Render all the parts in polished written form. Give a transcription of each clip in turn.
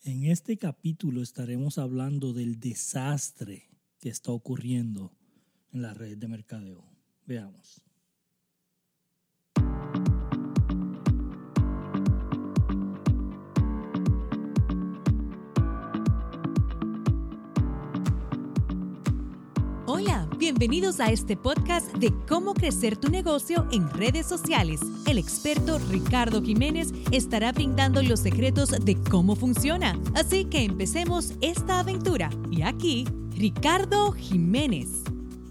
En este capítulo estaremos hablando del desastre que está ocurriendo en la red de mercadeo. Veamos. Hola, bienvenidos a este podcast de cómo crecer tu negocio en redes sociales. El experto Ricardo Jiménez estará brindando los secretos de cómo funciona. Así que empecemos esta aventura. Y aquí, Ricardo Jiménez.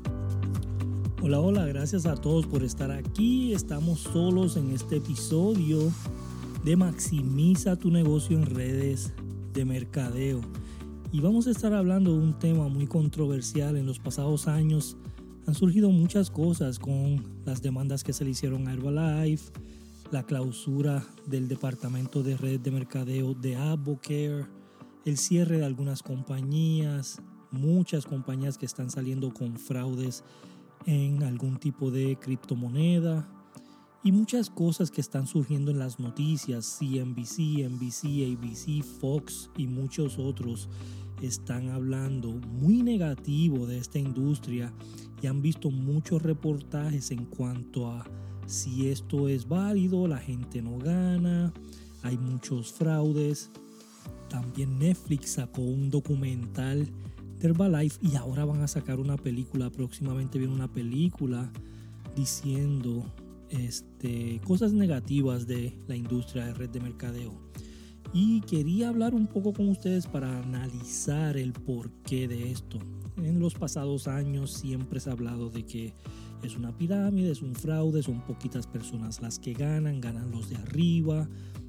Hola, gracias a todos por estar aquí. Estamos solos en este episodio de Maximiza tu negocio en redes de mercadeo. Y vamos a estar hablando de un tema muy controversial. En los pasados años han surgido muchas cosas con las demandas que se le hicieron a Herbalife, la clausura del departamento de redes de mercadeo de Advocare, el cierre de algunas compañías, muchas compañías que están saliendo con fraudes en algún tipo de criptomoneda y muchas cosas que están surgiendo en las noticias. CNBC, NBC, ABC, Fox y muchos otros están hablando muy negativo de esta industria y han visto muchos reportajes en cuanto a si esto es válido, la gente no gana, hay muchos fraudes. También Netflix sacó un documental de Herbalife y ahora van a sacar una película. Próximamente viene una película diciendo cosas negativas de la industria de red de mercadeo. Y quería hablar un poco con ustedes para analizar el porqué de esto. En los pasados años siempre se ha hablado de que es una pirámide, es un fraude, son poquitas personas las que ganan los de arriba,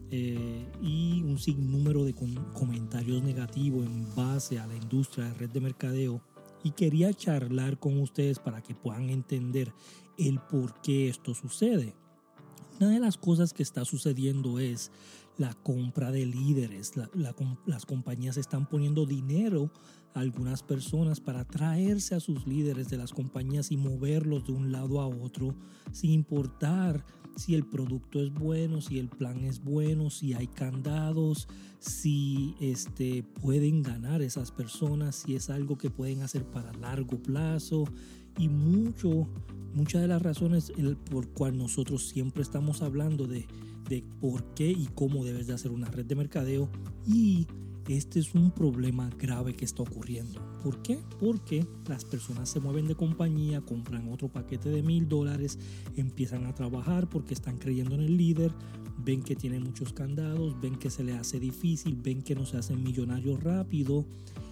y un sinnúmero de comentarios negativos en base a la industria de red de mercadeo. Y quería charlar con ustedes para que puedan entender el por qué esto sucede. Una de las cosas que está sucediendo es la compra de líderes. Las compañías están poniendo dinero a algunas personas para traerse a sus líderes de las compañías y moverlos de un lado a otro sin importar si el producto es bueno, si el plan es bueno, si hay candados, si pueden ganar esas personas, si es algo que pueden hacer para largo plazo. Y muchas de las razones por cual nosotros siempre estamos hablando de por qué y cómo debes de hacer una red de mercadeo. Y este es un problema grave que está ocurriendo. ¿Por qué? Porque las personas se mueven de compañía, compran otro paquete de $1,000, empiezan a trabajar porque están creyendo en el líder, ven que tiene muchos candados, ven que se le hace difícil, ven que no se hacen millonarios rápido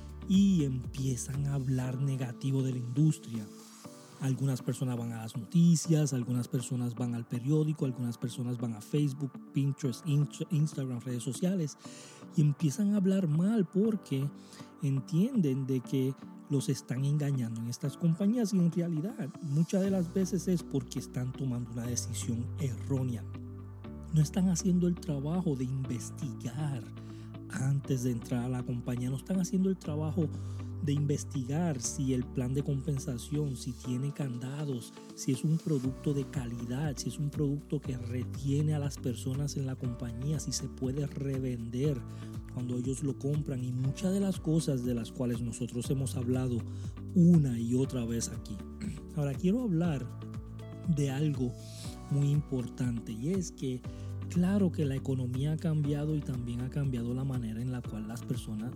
y empiezan a hablar negativo de la industria. Algunas personas van a las noticias, algunas personas van al periódico, algunas personas van a Facebook, Pinterest, Instagram, redes sociales y empiezan a hablar mal porque entienden de que los están engañando en estas compañías y en realidad muchas de las veces es porque están tomando una decisión errónea. No están haciendo el trabajo de investigar antes de entrar a la compañía, no están haciendo el trabajo de investigar si el plan de compensación, si tiene candados, si es un producto de calidad, si es un producto que retiene a las personas en la compañía, si se puede revender cuando ellos lo compran y muchas de las cosas de las cuales nosotros hemos hablado una y otra vez aquí. Ahora quiero hablar de algo muy importante y es que claro que la economía ha cambiado y también ha cambiado la manera en la cual las personas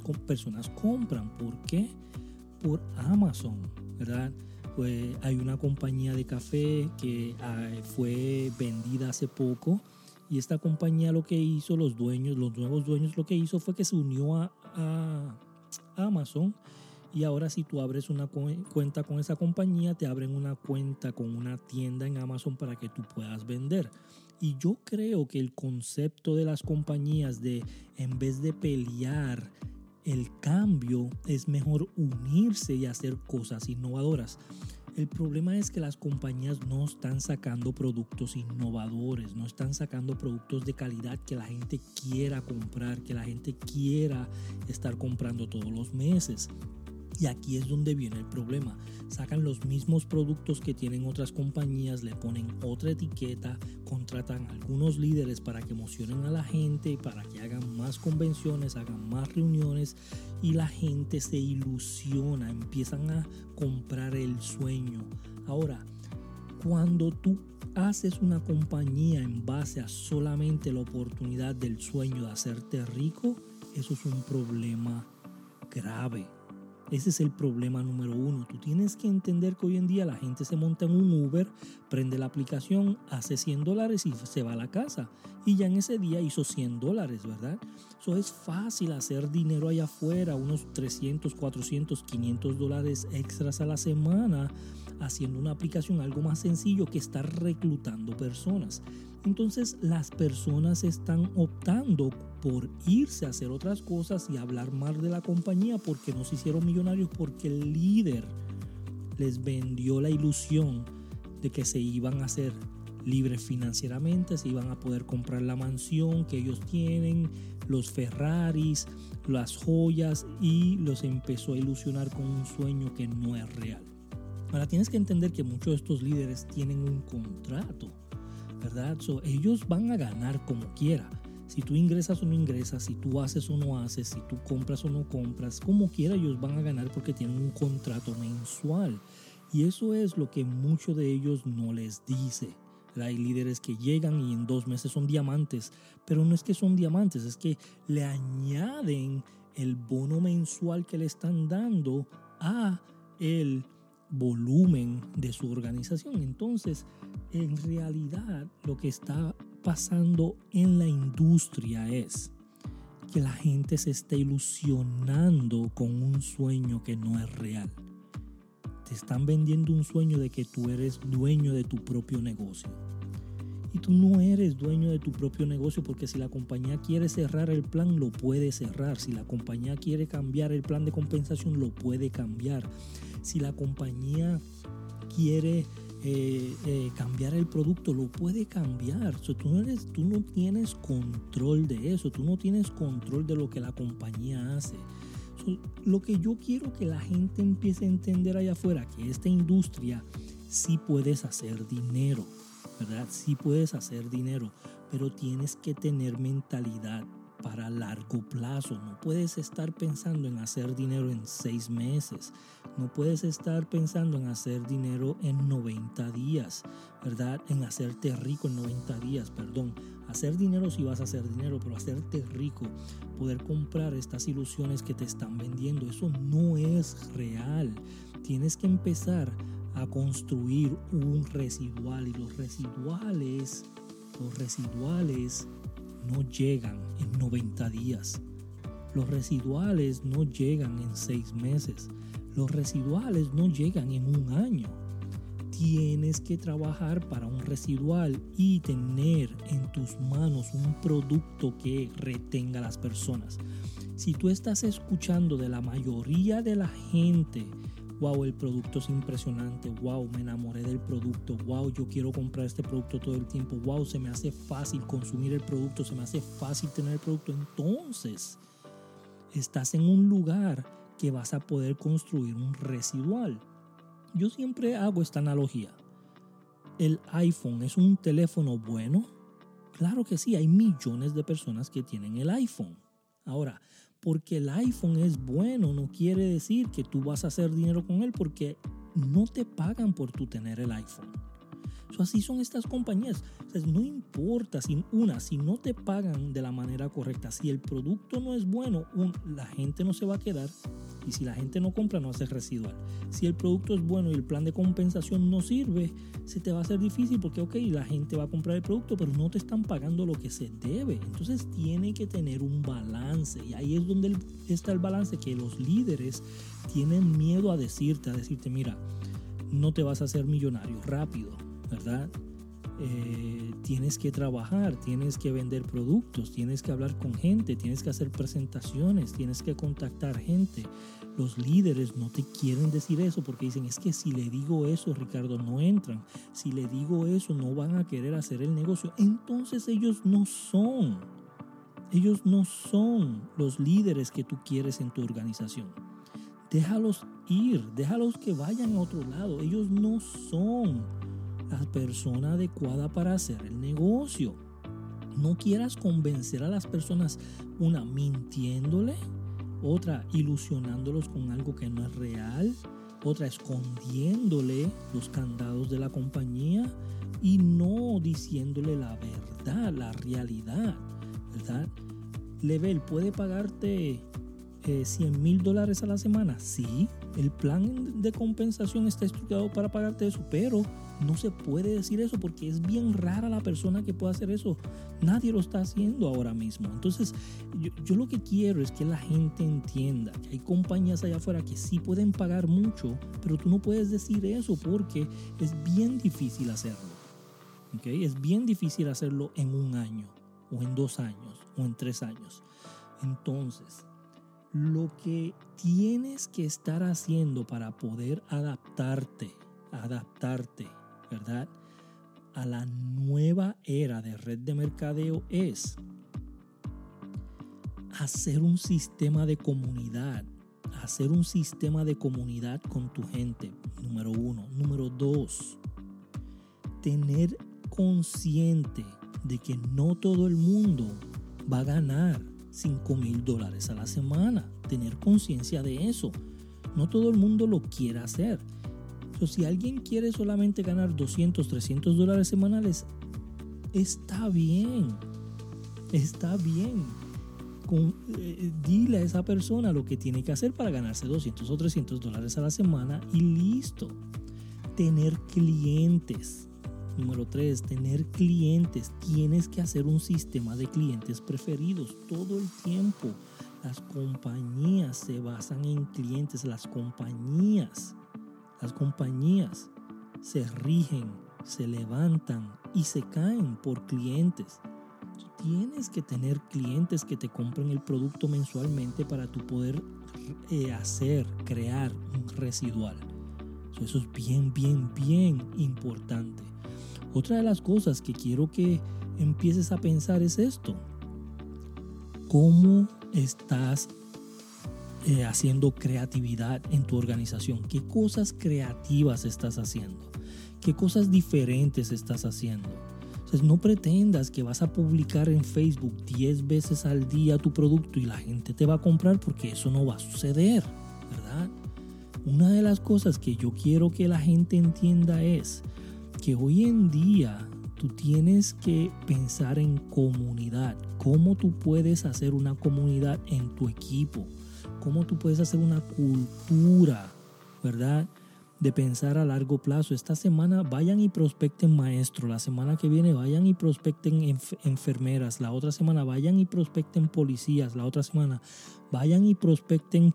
compran. ¿Por qué? Por Amazon, ¿verdad? Pues hay una compañía de café que fue vendida hace poco y esta compañía lo que hizo, los nuevos dueños lo que hizo fue que se unió a Amazon. Y ahora si tú abres una cuenta con esa compañía, te abren una cuenta con una tienda en Amazon para que tú puedas vender. Y yo creo que el concepto de las compañías de en vez de pelear el cambio, es mejor unirse y hacer cosas innovadoras. El problema es que las compañías no están sacando productos innovadores, no están sacando productos de calidad que la gente quiera comprar, que la gente quiera estar comprando todos los meses. Y aquí es donde viene el problema. Sacan los mismos productos que tienen otras compañías, le ponen otra etiqueta, contratan a algunos líderes para que emocionen a la gente, para que hagan más convenciones, hagan más reuniones y la gente se ilusiona, empiezan a comprar el sueño. Ahora, cuando tú haces una compañía en base a solamente la oportunidad del sueño de hacerte rico, eso es un problema grave. Ese es el problema número uno. Tú tienes que entender que hoy en día la gente se monta en un Uber, prende la aplicación, hace $100 y se va a la casa. Y ya en ese día hizo $100, ¿verdad? Eso es fácil hacer dinero allá afuera, unos $300, $400, $500 extras a la semana, haciendo una aplicación algo más sencillo que estar reclutando personas. Entonces las personas están optando por irse a hacer otras cosas y hablar mal de la compañía porque no se hicieron millonarios, porque el líder les vendió la ilusión de que se iban a hacer libres financieramente, se iban a poder comprar la mansión que ellos tienen, los Ferraris, las joyas, y los empezó a ilusionar con un sueño que no es real. Ahora tienes que entender que muchos de estos líderes tienen un contrato, ¿verdad? Ellos van a ganar como quiera. Si tú ingresas o no ingresas, si tú haces o no haces, si tú compras o no compras, como quiera ellos van a ganar porque tienen un contrato mensual. Y eso es lo que muchos de ellos no les dice. Hay líderes que llegan y en 2 meses son diamantes, pero no es que son diamantes, es que le añaden el bono mensual que le están dando a el volumen de su organización. Entonces, en realidad, lo que está pasando en la industria es que la gente se está ilusionando con un sueño que no es real. Te están vendiendo un sueño de que tú eres dueño de tu propio negocio. Y tú no eres dueño de tu propio negocio, porque si la compañía quiere cerrar el plan, lo puede cerrar. Si la compañía quiere cambiar el plan de compensación, lo puede cambiar. Si la compañía quiere cambiar el producto, lo puede cambiar. Tú no tienes control de eso. Tú no tienes control de lo que la compañía hace. Lo que yo quiero que la gente empiece a entender allá afuera, que esta industria sí puedes hacer dinero, ¿verdad? Sí puedes hacer dinero, pero tienes que tener mentalidad para largo plazo. No puedes estar pensando en hacer dinero en 6 meses. No puedes estar pensando en hacer dinero en 90 días, ¿verdad? En hacerte rico en 90 días, perdón. Hacer dinero sí vas a hacer dinero, pero hacerte rico, poder comprar estas ilusiones que te están vendiendo, eso no es real. Tienes que empezar a construir un residual, y los residuales no llegan en 90 días. Los residuales no llegan en 6 meses. Los residuales no llegan en 1 año. Tienes que trabajar para un residual y tener en tus manos un producto que retenga a las personas. Si tú estás escuchando de la mayoría de la gente, wow, el producto es impresionante, wow, me enamoré del producto, wow, yo quiero comprar este producto todo el tiempo, wow, se me hace fácil consumir el producto, se me hace fácil tener el producto, entonces estás en un lugar que vas a poder construir un residual. Yo siempre hago esta analogía. ¿El iPhone es un teléfono bueno? Claro que sí, hay millones de personas que tienen el iPhone. Ahora, porque el iPhone es bueno no quiere decir que tú vas a hacer dinero con él, porque no te pagan por tú tener el iPhone. Así son estas compañías. O sea, no importa si no te pagan de la manera correcta, si el producto no es bueno, la gente no se va a quedar, y si la gente no compra, no hace residual. Si el producto es bueno y el plan de compensación no sirve, se te va a hacer difícil porque, la gente va a comprar el producto, pero no te están pagando lo que se debe. Entonces tiene que tener un balance, y ahí es donde está el balance que los líderes tienen miedo a decirte, mira, no te vas a hacer millonario rápido, ¿verdad? Tienes que trabajar, tienes que vender productos, tienes que hablar con gente, tienes que hacer presentaciones, tienes que contactar gente. Los líderes no te quieren decir eso porque dicen, es que si le digo eso, Ricardo, no entran. Si le digo eso, no van a querer hacer el negocio. Entonces ellos no son los líderes que tú quieres en tu organización. déjalos ir, déjalos que vayan a otro lado. Ellos no son la persona adecuada para hacer el negocio. No quieras convencer a las personas, una mintiéndole, otra ilusionándolos con algo que no es real, otra escondiéndole los candados de la compañía y no diciéndole la verdad, la realidad, ¿verdad? Level, ¿puede pagarte $100,000 a la semana? Sí, el plan de compensación está estructurado para pagarte eso, pero no se puede decir eso porque es bien rara la persona que pueda hacer eso. Nadie lo está haciendo ahora mismo. Entonces, yo lo que quiero es que la gente entienda que hay compañías allá afuera que sí pueden pagar mucho, pero tú no puedes decir eso porque es bien difícil hacerlo. ¿Okay? Es bien difícil hacerlo en 1 año, o en 2 años, o en 3 años. Entonces, lo que tienes que estar haciendo para poder adaptarte, ¿verdad?, a la nueva era de red de mercadeo es hacer un sistema de comunidad, con tu gente, número 1. Número 2, tener consciente de que no todo el mundo va a ganar $5,000 a la semana. Tener conciencia de eso. No todo el mundo lo quiere hacer. Si alguien quiere solamente ganar $200, $300 semanales, está bien. Dile a esa persona lo que tiene que hacer para ganarse $200 o $300 a la semana y listo. Tener clientes. Número 3, tener clientes. Tienes que hacer un sistema de clientes preferidos todo el tiempo. Las compañías se basan en clientes. Las compañías se rigen, se levantan y se caen por clientes. Tienes que tener clientes que te compren el producto mensualmente para tú poder crear un residual. Eso es bien importante. Otra de las cosas que quiero que empieces a pensar es esto. ¿Cómo estás haciendo creatividad en tu organización? ¿Qué cosas creativas estás haciendo? ¿Qué cosas diferentes estás haciendo? Entonces, no pretendas que vas a publicar en Facebook 10 veces al día tu producto y la gente te va a comprar, porque eso no va a suceder, ¿verdad? Una de las cosas que yo quiero que la gente entienda es que hoy en día tú tienes que pensar en comunidad. ¿Cómo tú puedes hacer una comunidad en tu equipo? ¿Cómo tú puedes hacer una cultura, ¿verdad?, de pensar a largo plazo? Esta semana vayan y prospecten maestros. La semana que viene vayan y prospecten enfermeras. La otra semana vayan y prospecten policías. La otra semana vayan y prospecten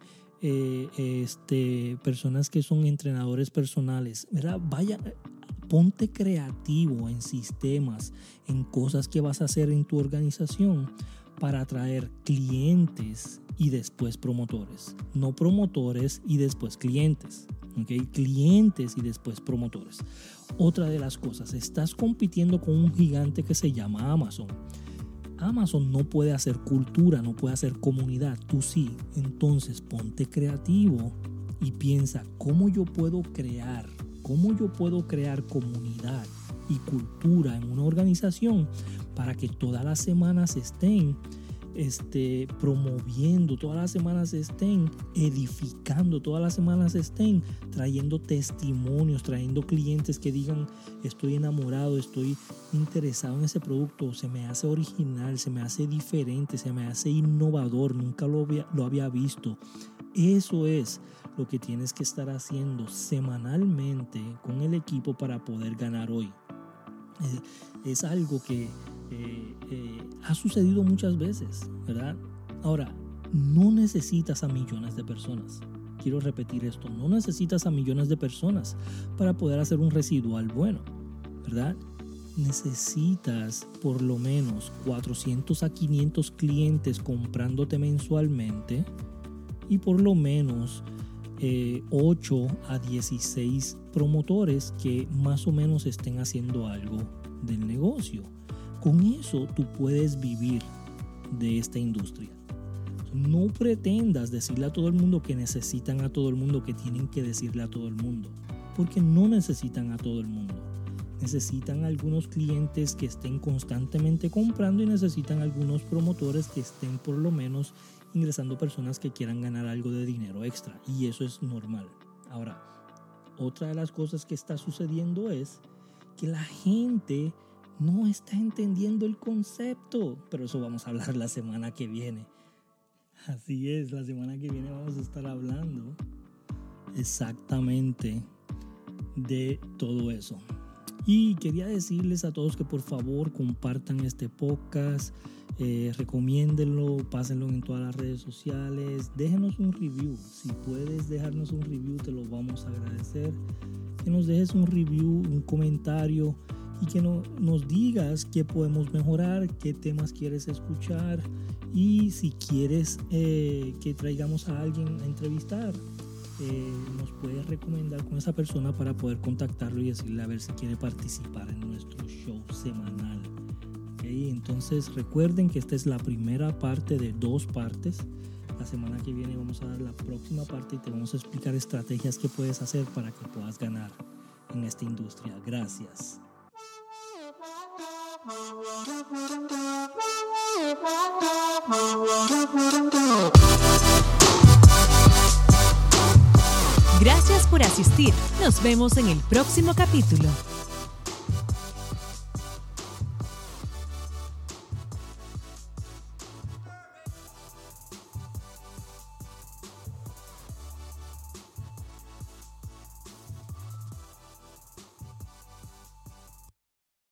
personas que son entrenadores personales, ¿verdad? Ponte creativo en sistemas, en cosas que vas a hacer en tu organización para atraer clientes y después promotores. No promotores y después clientes. ¿Okay? Clientes y después promotores. Otra de las cosas, estás compitiendo con un gigante que se llama Amazon. Amazon no puede hacer cultura, no puede hacer comunidad. Tú sí. Entonces ponte creativo y piensa cómo yo puedo crear comunidad y cultura en una organización para que todas las semanas estén promoviendo, todas las semanas estén edificando, todas las semanas estén trayendo testimonios, trayendo clientes que digan: estoy enamorado, estoy interesado en ese producto, se me hace original, se me hace diferente, se me hace innovador, nunca lo había visto. Eso es lo que tienes que estar haciendo semanalmente con el equipo para poder ganar hoy. Es algo que ha sucedido muchas veces, ¿verdad? Ahora, no necesitas a millones de personas. Quiero repetir esto. No necesitas a millones de personas para poder hacer un residual bueno, ¿verdad? Necesitas por lo menos 400 a 500 clientes comprándote mensualmente y por lo menos 8 a 16 promotores que más o menos estén haciendo algo del negocio. Con eso tú puedes vivir de esta industria. No pretendas decirle a todo el mundo que necesitan a todo el mundo, que tienen que decirle a todo el mundo, porque no necesitan a todo el mundo. Necesitan algunos clientes que estén constantemente comprando y necesitan algunos promotores que estén por lo menos ingresando personas que quieran ganar algo de dinero extra, y eso es normal. Ahora, otra de las cosas que está sucediendo es que la gente no está entendiendo el concepto, pero eso vamos a hablar la semana que viene. Así es, la semana que viene vamos a estar hablando exactamente de todo eso. Y quería decirles a todos que por favor compartan este podcast, recomiéndenlo, pásenlo en todas las redes sociales, déjenos un review. Si puedes dejarnos un review, te lo vamos a agradecer. Que nos dejes un review, un comentario y que nos digas qué podemos mejorar, qué temas quieres escuchar y si quieres que traigamos a alguien a entrevistar. Nos puedes recomendar con esa persona para poder contactarlo y decirle a ver si quiere participar en nuestro show semanal. ¿Okay? Entonces recuerden que esta es la primera parte de 2 partes. La semana que viene vamos a dar la próxima parte y te vamos a explicar estrategias que puedes hacer para que puedas ganar en esta industria. Gracias. Gracias por asistir. Nos vemos en el próximo capítulo.